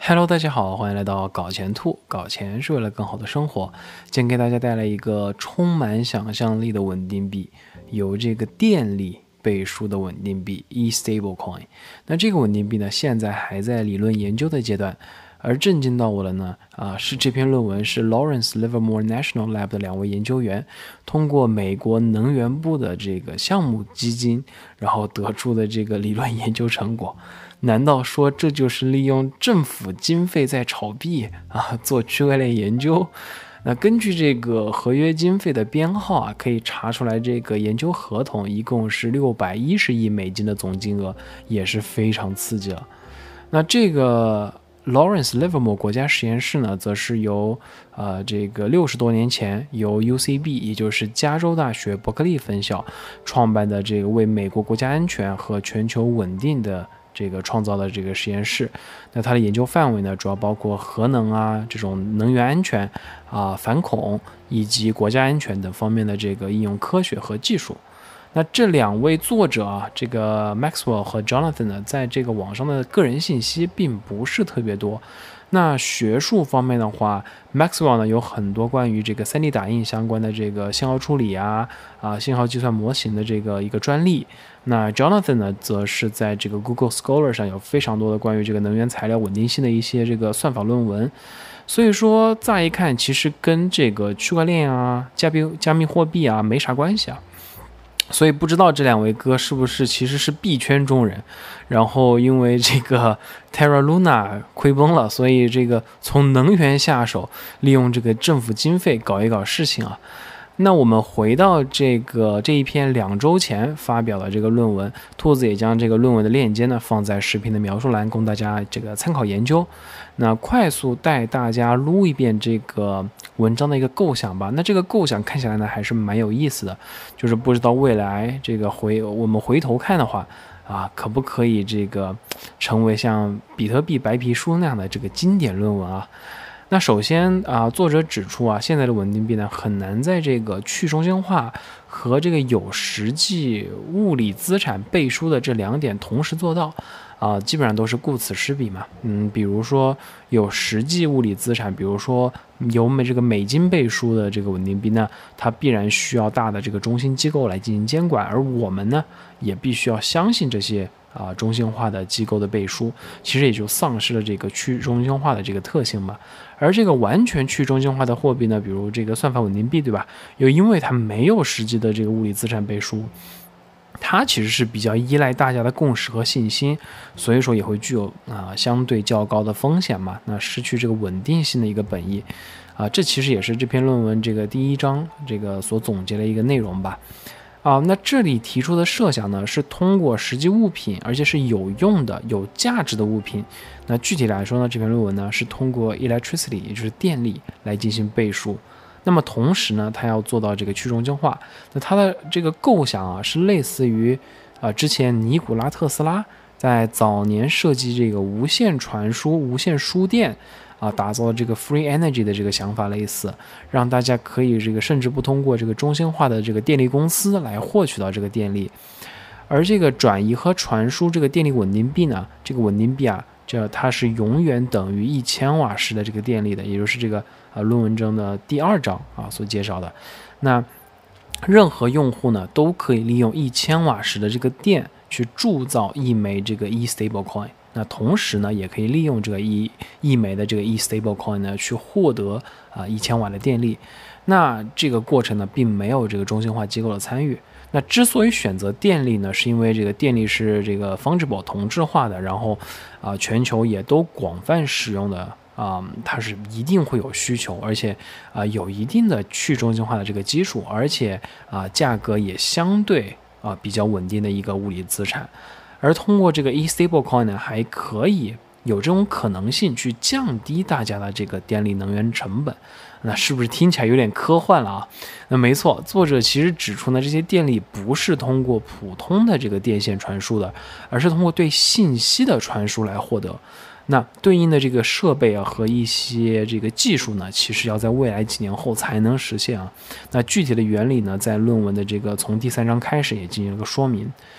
Hello，大家好，欢迎来到搞钱兔。搞钱是为了更好的生活。今天给大家带来一个充满想象力的稳定币，由这个电力背书的稳定币 eStablecoin。那这个稳定币呢，现在还在理论研究的阶段。而震惊到我的呢，是这篇论文是 Lawrence Livermore National Lab 的2位研究员通过美国能源部的这个项目基金，然后得出的这个理论研究成果。难道说这就是利用政府经费在炒币做区块链研究？那根据这个合约经费的编号可以查出来这个研究合同一共是610亿美金的总金额，也是非常刺激了。那这个Lawrence Livermore 国家实验室呢，则是由这个60多年前由 UCB， 也就是加州大学伯克利分校创办的这个为美国国家安全和全球稳定的这个创造的这个实验室。那它的研究范围呢，主要包括核能这种能源安全反恐以及国家安全等方面的这个应用科学和技术。那这2位作者这个 Maxwell 和 Jonathan 呢，在这个网上的个人信息并不是特别多。那学术方面的话 ，Maxwell 呢有很多关于这个3D 打印相关的这个信号处理信号计算模型的一个专利。那 Jonathan 呢，则是在这个 Google Scholar 上有非常多的关于这个能源材料稳定性的一些这个算法论文。所以说，乍一看其实跟这个区块链加密货币没啥关系所以不知道这2位哥是不是其实是币圈中人，然后因为这个 Terra Luna 亏崩了，所以这个从能源下手，利用这个政府经费搞一搞事情那我们回到这一篇2周前发表的这个论文，兔子也将这个论文的链接呢放在视频的描述栏，供大家这个参考研究。那快速带大家撸一遍这个文章的一个构想吧。那这个构想看起来呢还是蛮有意思的，就是不知道未来这个我们回头看的话可不可以这个成为像比特币白皮书那样的这个经典论文那首先作者指出现在的稳定币呢很难在这个去中心化和这个有实际物理资产背书的这2点同时做到基本上都是顾此失彼嘛。比如说有实际物理资产，比如说有这个美金背书的这个稳定币呢，它必然需要大的这个中心机构来进行监管，而我们呢也必须要相信这些中心化的机构的背书，其实也就丧失了这个去中心化的这个特性嘛。而这个完全去中心化的货币呢，比如这个算法稳定币，对吧？又因为它没有实际的这个物理资产背书，它其实是比较依赖大家的共识和信心，所以说也会具有相对较高的风险嘛。那失去这个稳定性的一个本意这其实也是这篇论文这个第1章这个所总结的一个内容吧。那这里提出的设想呢，是通过实际物品，而且是有用的、有价值的物品。那具体来说呢，这篇论文呢是通过 electricity， 也就是电力来进行背书。那么同时呢，它要做到这个去中心化。那它的这个构想是类似于之前尼古拉特斯拉在早年设计这个无线传输、无线输电打造这个 free energy 的这个想法类似，让大家可以这个甚至不通过这个中心化的这个电力公司来获取到这个电力。而这个转移和传输这个电力稳定币呢，这个稳定币它是永远等于1000瓦时的这个电力的，也就是这个论文中的第2章所介绍的。那任何用户呢都可以利用1000瓦时的这个电去铸造1枚这个 eStablecoin。那同时呢，也可以利用这个1枚的这个 eStablecoin 呢，去获得1000瓦的电力。那这个过程呢，并没有这个中心化机构的参与。那之所以选择电力呢，是因为这个电力是这个 fungible 同质化的，然后全球也都广泛使用的它是一定会有需求，而且有一定的去中心化的这个基础，而且价格也相对比较稳定的一个物理资产。而通过这个 eStablecoin 呢，还可以有这种可能性去降低大家的这个电力能源成本。那是不是听起来有点科幻了那没错，作者其实指出呢，这些电力不是通过普通的这个电线传输的，而是通过对信息的传输来获得。那对应的这个设备和一些这个技术呢，其实要在未来几年后才能实现那具体的原理呢，在论文的这个从第3章开始也进行了个说明。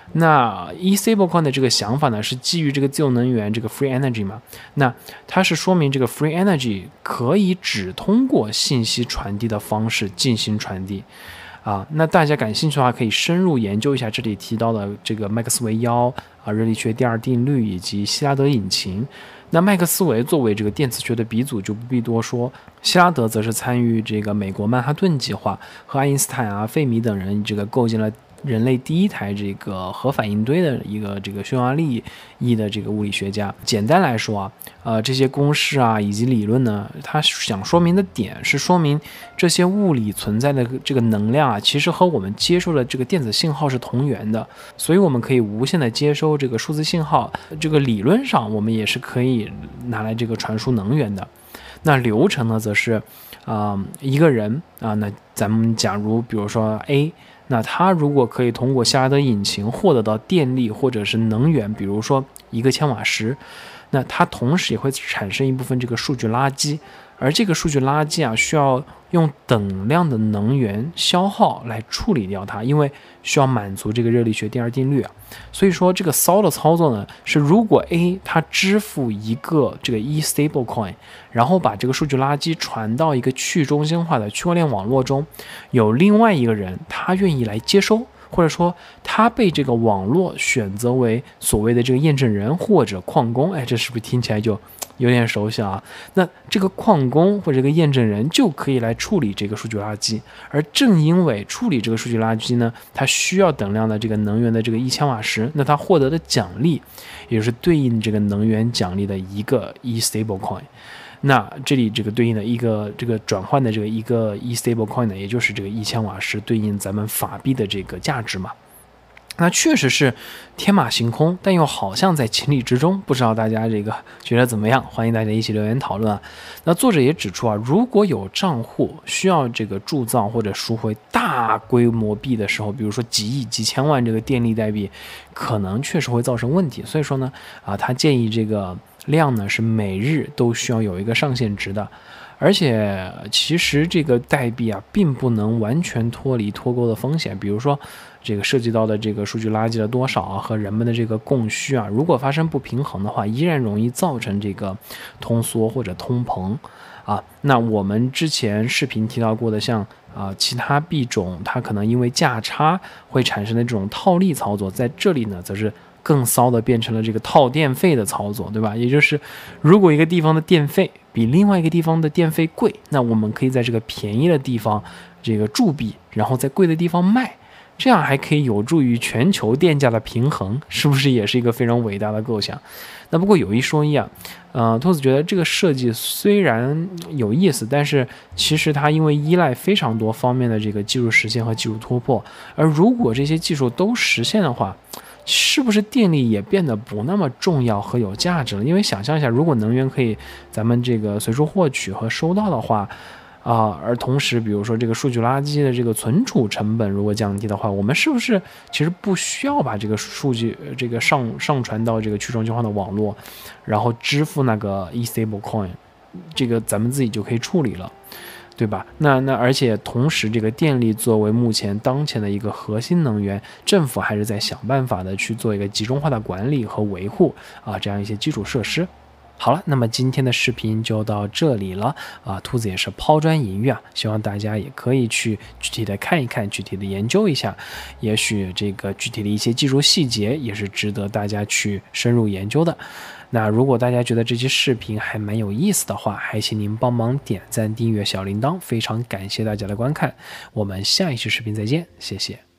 那 e-stablecoin 的这个想法呢，是基于这个自由能源这个 free energy 嘛？那它是说明这个 free energy 可以只通过信息传递的方式进行传递。那大家感兴趣的话，可以深入研究一下这里提到的这个麦克斯韦1热力学第二定律以及希拉德引擎。那麦克斯韦作为这个电磁学的鼻祖就不必多说，希拉德则是参与这个美国曼哈顿计划，和爱因斯坦费米等人这个构建了人类第一台这个核反应堆的一个这个匈牙利裔的这个物理学家。简单来说这些公式以及理论呢，它想说明的点是说明这些物理存在的这个能量其实和我们接收的这个电子信号是同源的，所以我们可以无限的接收这个数字信号，这个理论上我们也是可以拿来这个传输能源的。那流程呢，则是一个人那咱们假如比如说 A，那他如果可以通过希拉德引擎获得到电力或者是能源，比如说1个千瓦时，那它同时也会产生一部分这个数据垃圾，而这个数据垃圾需要用等量的能源消耗来处理掉它，因为需要满足这个热力学第二定律所以说这个骚的操作呢，是如果 A 它支付一个这个 e-stablecoin， 然后把这个数据垃圾传到一个去中心化的区块链网络中，有另外一个人他愿意来接收，或者说他被这个网络选择为所谓的这个验证人或者矿工，这是不是听起来就有点熟悉那这个矿工或者这个验证人就可以来处理这个数据垃圾，而正因为处理这个数据垃圾呢，它需要等量的这个能源的这个1千瓦时，那它获得的奖励也就是对应这个能源奖励的一个 e-stablecoin。那这里这个对应的一个这个转换的这个一个 e-stablecoin 呢，也就是这个1千瓦时对应咱们法币的这个价值嘛。那确实是天马行空，但又好像在情理之中，不知道大家这个觉得怎么样？欢迎大家一起留言讨论那作者也指出如果有账户需要这个铸造或者赎回大规模币的时候，比如说几亿几千万这个电力代币，可能确实会造成问题。所以说呢他建议这个量呢是每日都需要有一个上限值的。而且其实这个代币并不能完全脱离脱钩的风险，比如说这个涉及到的这个数据垃圾的多少和人们的这个供需如果发生不平衡的话，依然容易造成这个通缩或者通膨那我们之前视频提到过的像其他币种它可能因为价差会产生的这种套利操作，在这里呢则是更骚的变成了这个套电费的操作，对吧？也就是如果一个地方的电费比另外一个地方的电费贵，那我们可以在这个便宜的地方这个铸币，然后在贵的地方卖，这样还可以有助于全球电价的平衡，是不是也是一个非常伟大的构想？那不过有一说一兔子觉得这个设计虽然有意思，但是其实它因为依赖非常多方面的这个技术实现和技术突破，而如果这些技术都实现的话，是不是电力也变得不那么重要和有价值了？因为想象一下，如果能源可以咱们这个随处获取和收到的话而同时比如说这个数据垃圾的这个存储成本如果降低的话，我们是不是其实不需要把这个数据这个上传到这个去中心化的网络，然后支付那个 e-stablecoin， 这个咱们自己就可以处理了，对吧？那而且同时这个电力作为目前当前的一个核心能源，政府还是在想办法的去做一个集中化的管理和维护这样一些基础设施。好了，那么今天的视频就到这里了兔子也是抛砖引玉希望大家也可以去具体的看一看，具体的研究一下，也许这个具体的一些技术细节也是值得大家去深入研究的。那如果大家觉得这期视频还蛮有意思的话，还请您帮忙点赞、订阅、小铃铛，非常感谢大家的观看，我们下一期视频再见，谢谢。